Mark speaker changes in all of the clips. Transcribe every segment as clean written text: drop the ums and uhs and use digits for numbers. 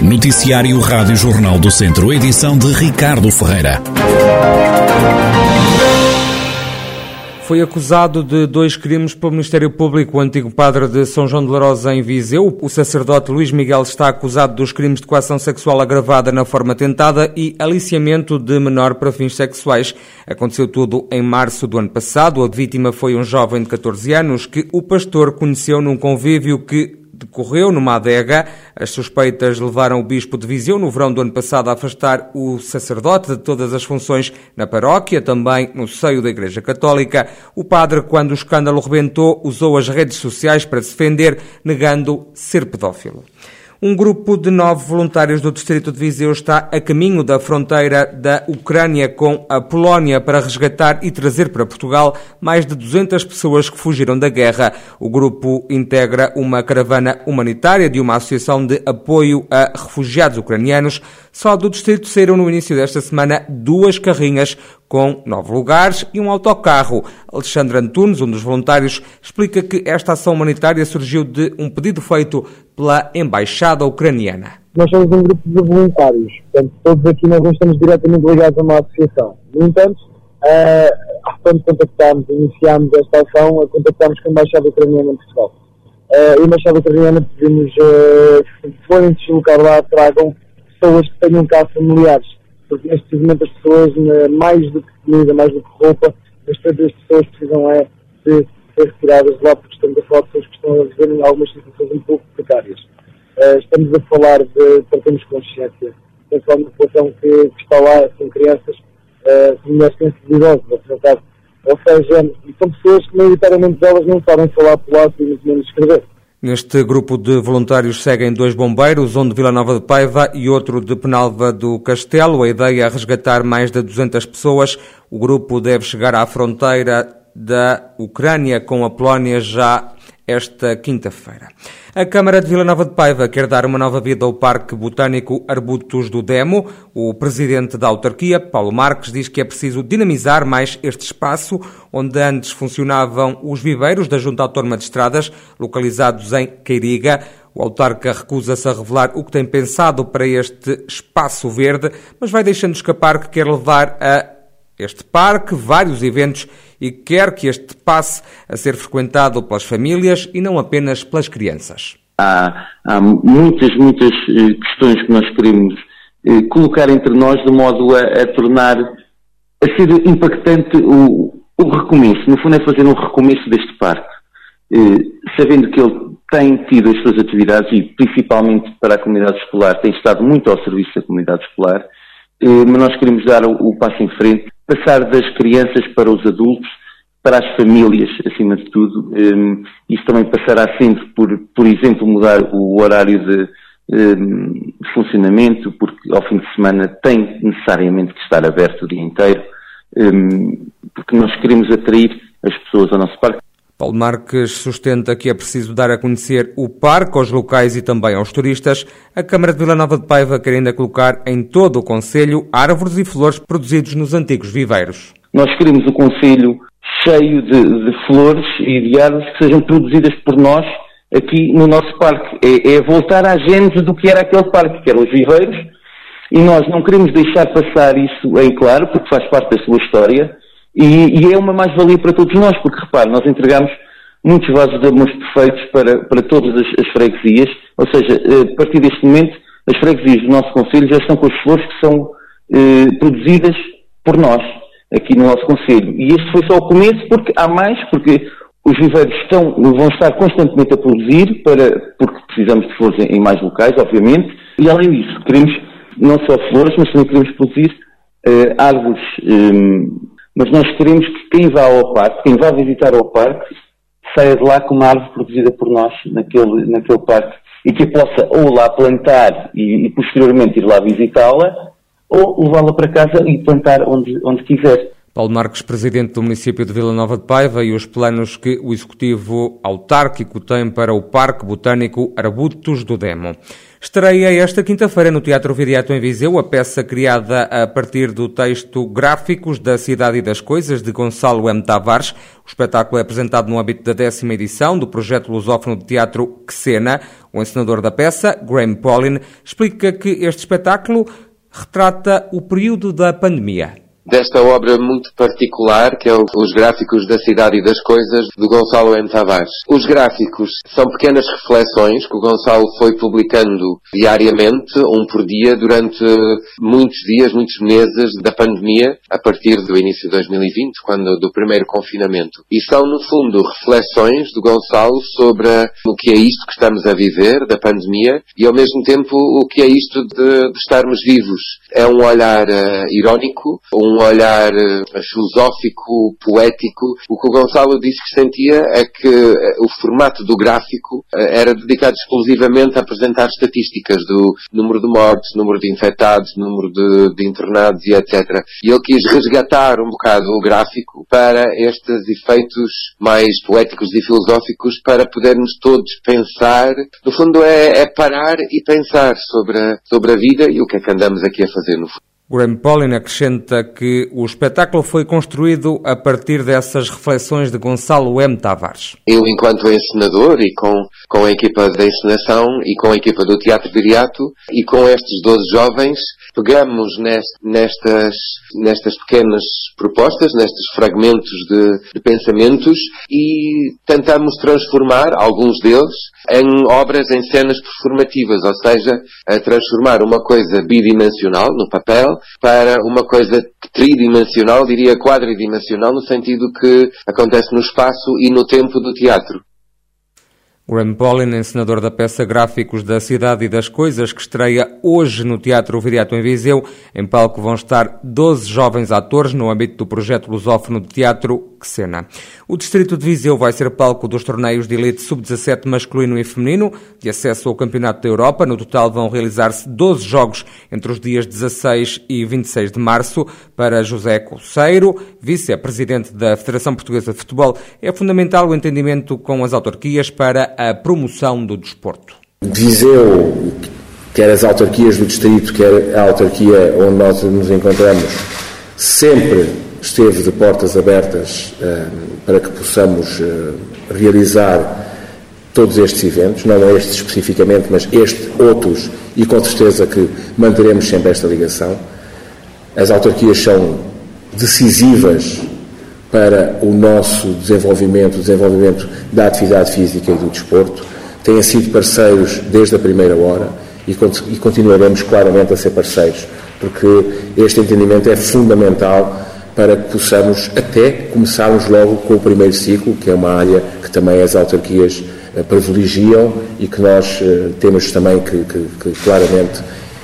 Speaker 1: Noticiário Rádio Jornal do Centro, edição de Ricardo Ferreira.
Speaker 2: Foi acusado de 2 crimes pelo Ministério Público o antigo padre de São João de Lourosa, em Viseu. O sacerdote Luís Miguel está acusado dos crimes de coação sexual agravada na forma tentada e aliciamento de menor para fins sexuais. Aconteceu tudo em março do ano passado. A vítima foi um jovem de 14 anos que o pastor conheceu num convívio que decorreu numa adega. As suspeitas levaram o bispo de Viseu, no verão do ano passado, a afastar o sacerdote de todas as funções na paróquia, também no seio da Igreja Católica. O padre, quando o escândalo rebentou, usou as redes sociais para se defender, negando ser pedófilo. Um grupo de 9 voluntários do distrito de Viseu está a caminho da fronteira da Ucrânia com a Polónia para resgatar e trazer para Portugal mais de 200 pessoas que fugiram da guerra. O grupo integra uma caravana humanitária de uma associação de apoio a refugiados ucranianos. Só do distrito saíram no início desta semana 2 carrinhas com 9 lugares e um autocarro. Alexandre Antunes, um dos voluntários, explica que esta ação humanitária surgiu de um pedido feito pela Embaixada Ucraniana.
Speaker 3: Nós somos um grupo de voluntários, portanto, todos aqui nós não estamos diretamente ligados a uma associação. No entanto, quando iniciámos esta ação, contactámos com a Embaixada Ucraniana em Portugal. A Embaixada Ucraniana pedimos que forem deslocar lá, tragam pessoas que tenham cá familiares, porque neste momento as pessoas, mais do que comida, mais do que roupa, as pessoas precisam de ser retiradas de lá, porque estamos a falar de pessoas que estão a viver em algumas situações um pouco precárias. Estamos a falar de termos consciência, estamos a falar de uma população que está lá, são crianças, com mulheres idosos, apresentadas. Ou seja, são pessoas que maioritariamente elas não sabem falar polaco e muito menos escrever.
Speaker 2: Neste grupo de voluntários seguem 2 bombeiros, um de Vila Nova de Paiva e outro de Penalva do Castelo. A ideia é resgatar mais de 200 pessoas. O grupo deve chegar à fronteira da Ucrânia com a Polónia já esta quinta-feira. A Câmara de Vila Nova de Paiva quer dar uma nova vida ao Parque Botânico Arbutos do Demo. O presidente da autarquia, Paulo Marques, diz que é preciso dinamizar mais este espaço, onde antes funcionavam os viveiros da Junta Autónoma de Estradas, localizados em Queiriga. O autarca recusa-se a revelar o que tem pensado para este espaço verde, mas vai deixando escapar que quer levar a este parque vários eventos e quer que este passe a ser frequentado pelas famílias e não apenas pelas crianças.
Speaker 4: Há muitas questões que nós queremos colocar entre nós de modo a tornar, a ser impactante o recomeço. No fundo é fazer um recomeço deste parque, sabendo que ele tem tido as suas atividades e principalmente para a comunidade escolar, tem estado muito ao serviço da comunidade escolar, mas nós queremos dar o passo em frente, passar das crianças para os adultos, para as famílias, acima de tudo. Isso também passará sempre por exemplo, mudar o horário de funcionamento, porque ao fim de semana tem necessariamente que estar aberto o dia inteiro, porque nós queremos atrair as pessoas ao nosso parque.
Speaker 2: Paulo Marques sustenta que é preciso dar a conhecer o parque aos locais e também aos turistas. A Câmara de Vila Nova de Paiva quer ainda colocar em todo o concelho árvores e flores produzidos nos antigos viveiros.
Speaker 4: Nós queremos o concelho cheio de flores e de árvores que sejam produzidas por nós aqui no nosso parque. É voltar à gênese do que era aquele parque, que eram os viveiros, e nós não queremos deixar passar isso em claro, porque faz parte da sua história. E é uma mais-valia para todos nós, porque, repare, nós entregamos muitos vasos de amores perfeitos para todas as freguesias, ou seja, a partir deste momento, as freguesias do nosso concelho já estão com as flores que são produzidas por nós, aqui no nosso concelho. E este foi só o começo, porque há mais, porque os viveiros vão estar constantemente a produzir, porque precisamos de flores em mais locais, obviamente, e além disso, queremos não só flores, mas também queremos produzir árvores. Mas nós queremos que quem vá ao parque, quem vá visitar ao parque, saia de lá com uma árvore produzida por nós naquele parque e que possa ou lá plantar e posteriormente ir lá visitá-la ou levá-la para casa e plantar onde quiser.
Speaker 2: Paulo Marques, presidente do município de Vila Nova de Paiva, e os planos que o executivo autárquico tem para o Parque Botânico Arbutos do Demo. Estreia esta quinta-feira no Teatro Viriato em Viseu a peça criada a partir do texto Gráficos da Cidade e das Coisas, de Gonçalo M. Tavares. O espetáculo é apresentado no âmbito da 10ª edição do projeto lusófono de teatro Quecena. O encenador da peça, Graham Paulin, explica que este espetáculo retrata o período da pandemia.
Speaker 5: Desta obra muito particular, que é Os Gráficos da Cidade e das Coisas, do Gonçalo M. Tavares. Os gráficos são pequenas reflexões que o Gonçalo foi publicando diariamente, um por dia, durante muitos dias, muitos meses da pandemia, a partir do início de 2020, do primeiro confinamento. E são, no fundo, reflexões do Gonçalo sobre o que é isto que estamos a viver, da pandemia, e ao mesmo tempo o que é isto de estarmos vivos. É um olhar irónico, um olhar filosófico, poético. O que o Gonçalo disse que sentia é que o formato do gráfico era dedicado exclusivamente a apresentar estatísticas do número de mortes, número de infectados, número de internados e etc. E ele quis resgatar um bocado o gráfico para estes efeitos mais poéticos e filosóficos, para podermos todos pensar. No fundo é parar e pensar sobre a vida e o que é que andamos aqui a fazer no fundo.
Speaker 2: Graham Paulin acrescenta que o espetáculo foi construído a partir dessas reflexões de Gonçalo M. Tavares.
Speaker 5: Eu, enquanto encenador, e com a equipa da encenação, e com a equipa do Teatro Viriato, e com estes 12 jovens, pegamos nestas pequenas propostas, nestes fragmentos de pensamentos, e tentamos transformar alguns deles em obras, em cenas performativas, ou seja, a transformar uma coisa bidimensional no papel para uma coisa tridimensional, diria quadridimensional, no sentido que acontece no espaço e no tempo do teatro.
Speaker 2: Graham Paulin, encenador da peça Gráficos da Cidade e das Coisas, que estreia hoje no Teatro Viriato em Viseu. Em palco vão estar 12 jovens atores no âmbito do projeto lusófono de teatro Quecena. O distrito de Viseu vai ser palco dos torneios de elite sub-17 masculino e feminino, de acesso ao Campeonato da Europa. No total vão realizar-se 12 jogos entre os dias 16 e 26 de março. Para José Coceiro, vice-presidente da Federação Portuguesa de Futebol, é fundamental o entendimento com as autarquias para a promoção do desporto.
Speaker 6: Viseu, quer as autarquias do distrito, quer a autarquia onde nós nos encontramos, sempre esteve de portas abertas para que possamos realizar todos estes eventos, não estes especificamente, mas outros, e com certeza que manteremos sempre esta ligação. As autarquias são decisivas para o nosso desenvolvimento, o desenvolvimento da atividade física e do desporto. Têm sido parceiros desde a primeira hora e continuaremos claramente a ser parceiros, porque este entendimento é fundamental para que possamos até começarmos logo com o primeiro ciclo, que é uma área que também as autarquias privilegiam e que nós temos também que claramente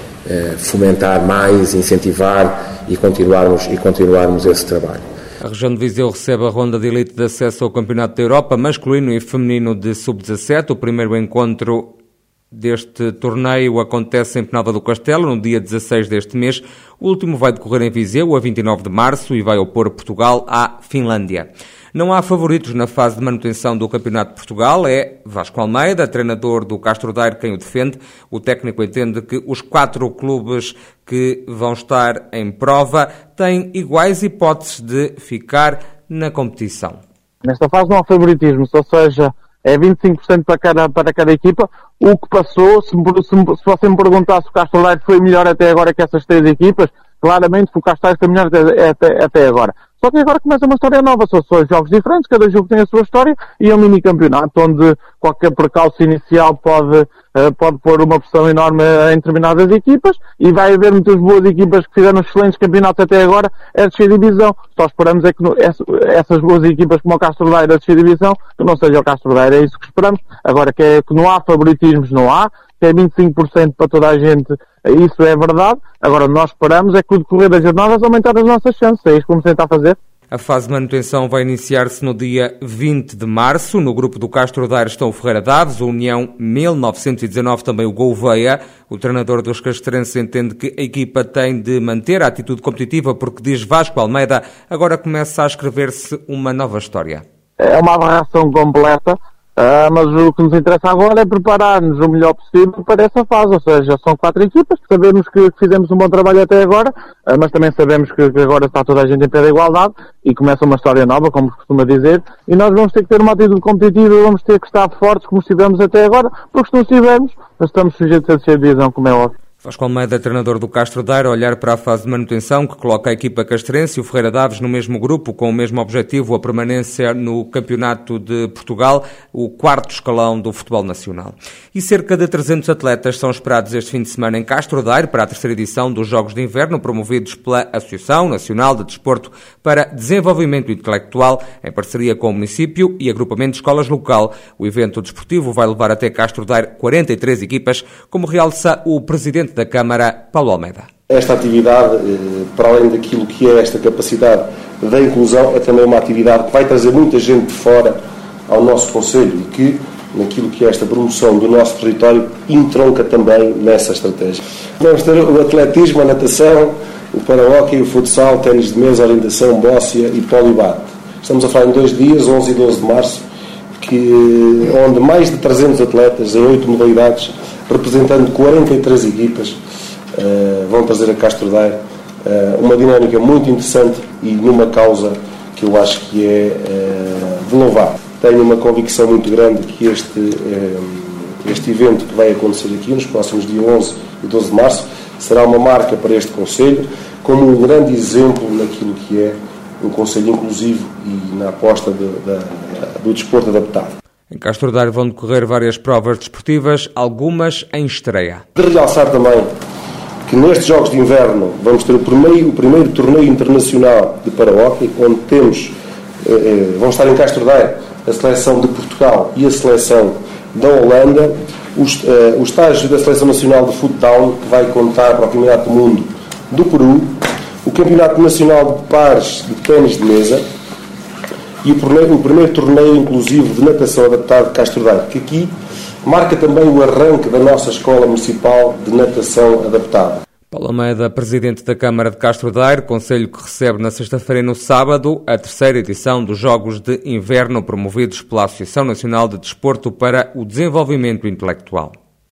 Speaker 6: fomentar mais, incentivar e continuarmos esse trabalho.
Speaker 2: A região de Viseu recebe a ronda de elite de acesso ao Campeonato da Europa masculino e feminino de sub-17. O primeiro encontro deste torneio acontece em Penalva do Castelo, no dia 16 deste mês. O último vai decorrer em Viseu, a 29 de março, e vai opor Portugal à Finlândia. Não há favoritos na fase de manutenção do Campeonato de Portugal. É Vasco Almeida, treinador do Castro Daire, quem o defende. O técnico entende que os 4 clubes que vão estar em prova têm iguais hipóteses de ficar na competição.
Speaker 3: Nesta fase não há favoritismo, ou seja, é 25% para cada equipa. O que passou, se você me perguntasse se o Castro Daire foi melhor até agora que essas 3 equipas, claramente o Castro Daire foi melhor até agora. Só que agora começa uma história nova, são jogos diferentes, cada jogo tem a sua história, e é um mini-campeonato onde qualquer percalço inicial pode pôr uma pressão enorme em determinadas equipas, e vai haver muitas boas equipas que fizeram excelentes campeonatos até agora a descer divisão. Só esperamos é que essas boas equipas como o Castro Daire a descer divisão, que não seja o Castro Daire, é isso que esperamos. Agora que não há favoritismos, não há, que é 25% para toda a gente, isso é verdade. Agora nós esperamos é que o decorrer das jornadas aumentar as nossas chances, é isso que vamos tentar fazer.
Speaker 2: A fase de manutenção vai iniciar-se no dia 20 de março. No grupo do Castro Daire estão o Ferreira Daves, a União 1919, também o Gouveia. O treinador dos castrenses entende que a equipa tem de manter a atitude competitiva porque, diz Vasco Almeida, agora começa a escrever-se uma nova história.
Speaker 7: É uma aberração completa. Mas o que nos interessa agora é preparar-nos o melhor possível para essa fase, ou seja, são 4 equipas, sabemos que fizemos um bom trabalho até agora, mas também sabemos que agora está toda a gente em pé de igualdade e começa uma história nova, como se costuma dizer, e nós vamos ter que ter uma atitude competitiva, vamos ter que estar fortes como estivemos até agora, porque se não estivermos, estamos sujeitos a descer de divisão, como é óbvio.
Speaker 2: Vasco Almeida, treinador do Castro Daire, a olhar para a fase de manutenção que coloca a equipa castrense e o Ferreira Daves no mesmo grupo, com o mesmo objetivo, a permanência no Campeonato de Portugal, o 4º escalão do futebol nacional. E cerca de 300 atletas são esperados este fim de semana em Castro Daire para a 3ª edição dos Jogos de Inverno, promovidos pela Associação Nacional de Desporto para Desenvolvimento Intelectual, em parceria com o município e agrupamento de escolas local. O evento desportivo vai levar até Castro Daire 43 equipas, como realça o presidente da Câmara, Paulo Almeida.
Speaker 8: Esta atividade, para além daquilo que é esta capacidade da inclusão, é também uma atividade que vai trazer muita gente de fora ao nosso concelho e que, naquilo que é esta promoção do nosso território, entronca também nessa estratégia. Vamos ter o atletismo, a natação, o para-hóquei, o futsal, ténis de mesa, orientação, bóssia e polibate. Estamos a falar em 2 dias, 11 e 12 de março, onde mais de 300 atletas em 8 modalidades, representando 43 equipas, vão trazer a Castro Daire uma dinâmica muito interessante e numa causa que eu acho que é de louvar. Tenho uma convicção muito grande que este evento que vai acontecer aqui nos próximos dias 11 e 12 de março será uma marca para este concelho, como um grande exemplo naquilo que é um concelho inclusivo e na aposta do desporto adaptado.
Speaker 2: Em Castro Daire vão decorrer várias provas desportivas, algumas em estreia.
Speaker 8: De realçar também que nestes Jogos de Inverno vamos ter o primeiro torneio internacional de para-hóquei, onde vão estar em Castro Daire a seleção de Portugal e a seleção da Holanda, o estágio da Seleção Nacional de Futsal, que vai contar para o Campeonato do Mundo do Peru, o Campeonato Nacional de Pares de Ténis de Mesa, e o primeiro torneio inclusivo de natação adaptado de Castro Daire, que aqui marca também o arranque da nossa Escola Municipal de Natação Adaptada.
Speaker 2: Paulo Almeida, presidente da Câmara de Castro Daire, concelho que recebe na sexta-feira e no sábado a 3ª edição dos Jogos de Inverno promovidos pela Associação Nacional de Desporto para o Desenvolvimento Intelectual.